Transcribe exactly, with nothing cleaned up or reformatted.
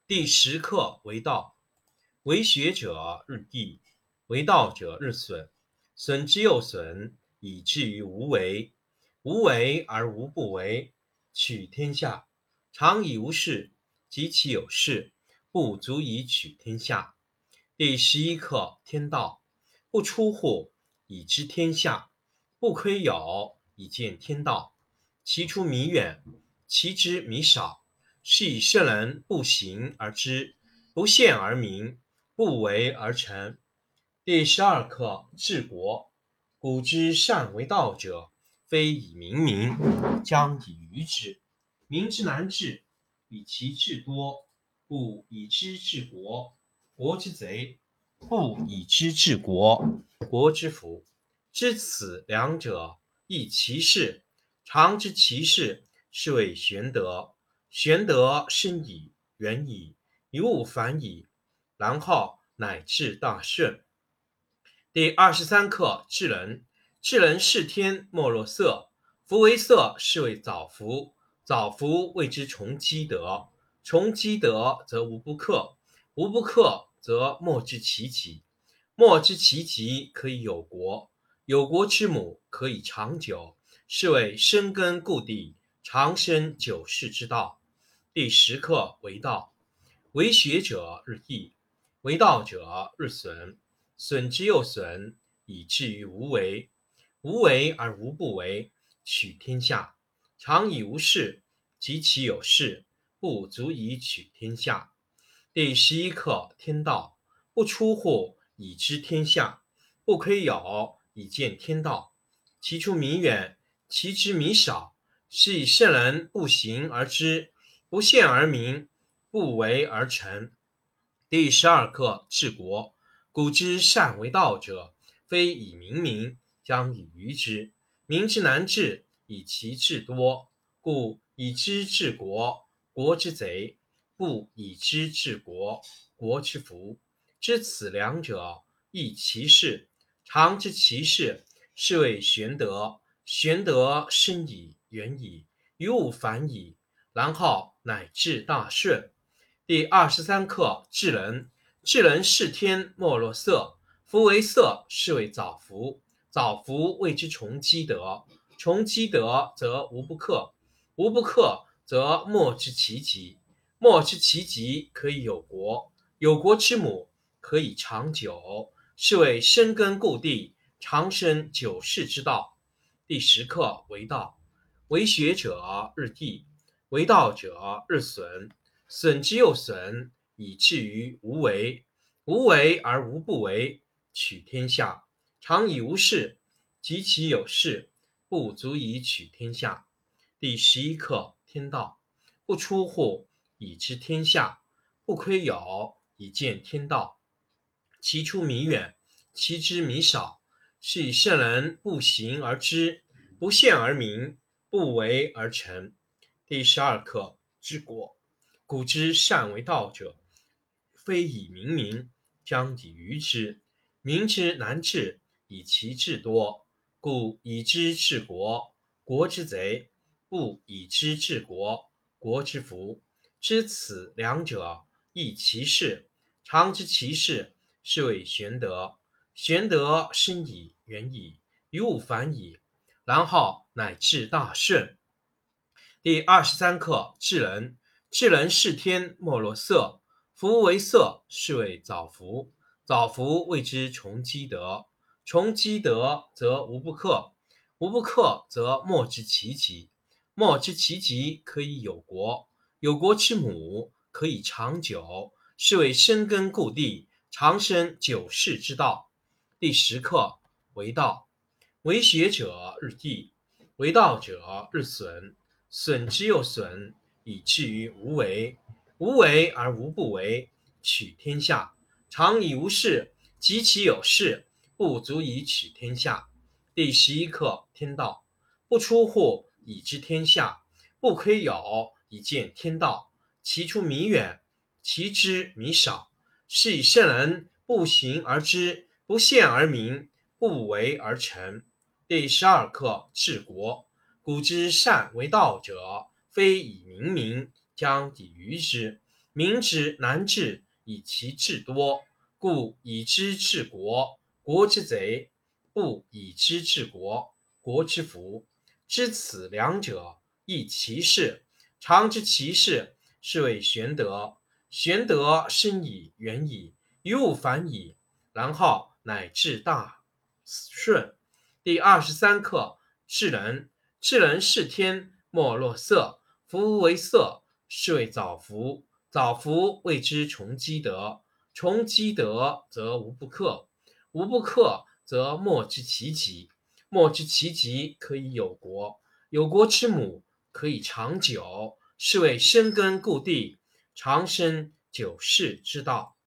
第十课为道，为学者日益，为道者日损，损之又损，以至于无为。无为而无不为，取天下常以无事，及其有事，不足以取天下。第十一课天道，不出户，以知天下；不窥牖，以见天道。其出弥远，其知弥少，是以圣人不行而知，不见而明，不为而成。第十二课治国，古之善为道者，非以明民，将以愚之。民之难治，以其智多，故以知治国。国之贼，不以知治国，国之福。知此两者，亦其事。常知其事，是谓玄德。玄德深矣，远矣，于物反矣，然后乃至大顺。第二十三课治人，治人是天莫若色。夫为色，是谓早服。早服谓之从积德。从积德，则无不克。无不克，则莫知其极。莫知其极，可以有国。有国之母，可以长久。是谓深根固地，长生久视之道。第十课为道，为学者日益，为道者日损，损之又损，以至于无为。无为而无不为，取天下常以无事，及其有事，不足以取天下。第十一课天道，不出户，以知天下；不窥牖，以见天道。其出弥远，其知弥少，是以圣人不行而知，不见而明，不为而成。第十二课治国，古之善为道者，非以明民，将以愚之。民之难治，以其智多，故以知治国。国之贼，不以知治国，国之福。知此两者，亦其事。常知其事，是谓玄德。玄德深矣，远矣，于物反矣，然后乃至大顺。第二十三课治人，治人是天莫若色。夫为色，是谓早服。早服谓之从积德。从积德，则无不克。无不克，则莫知其极。莫知其极，可以有国。有国之母，可以长久。是谓深根固地，长生久视之道。第十课为道，为学者日益，为道者日损，损之又损，以至于无为。无为而无不为，取天下常以无事，及其有事，不足以取天下。第十一课天道，不出户，以知天下；不窥牖，以见天道。其出弥远，其知弥少，是以圣人不行而知，不见而明，不为而成。第十二课治国，古之善为道者，非以明民，将以愚之。民之难治，以其智多，故以知治国。国之贼，不以知治国，国之福。知此两者，亦其事。常知其事，是谓玄德。玄德深矣，远矣，于物反矣，然后乃至大顺。第二十三课治人，治人是天莫若色。夫为色，是谓早服。早服谓之从积德。从积德，则无不克。无不克，则莫知其极。莫知其极，可以有国。有国之母，可以长久。是谓深根固地，长生久视之道。第十课为道，为学者日益，为道者日损，损之又损，以至于无为。无为而无不为，取天下常以无事，及其有事，不足以取天下。第十一课天道，不出户，以知天下；不窥牖，以见天道。其出弥远，其知弥少，是以圣人不行而知，不见而明，不为而成。第十二课治国，古之善为道者，非以明民，将以愚之。 民之难治，以其智多，故以知治国，国之贼；不以知治国，国之福。知此两者，亦其事。常知其事，是谓玄德。玄德深矣，远矣，于物反矣，然后乃至大顺。第二十三课：智人。智人视天，莫若色；夫为色，是谓早服。早服谓之从积德。从积德，则无不克；无不克，则莫知其极。莫知其极，可以有国；有国之母，可以长久。是谓深根固蒂，长生久视之道。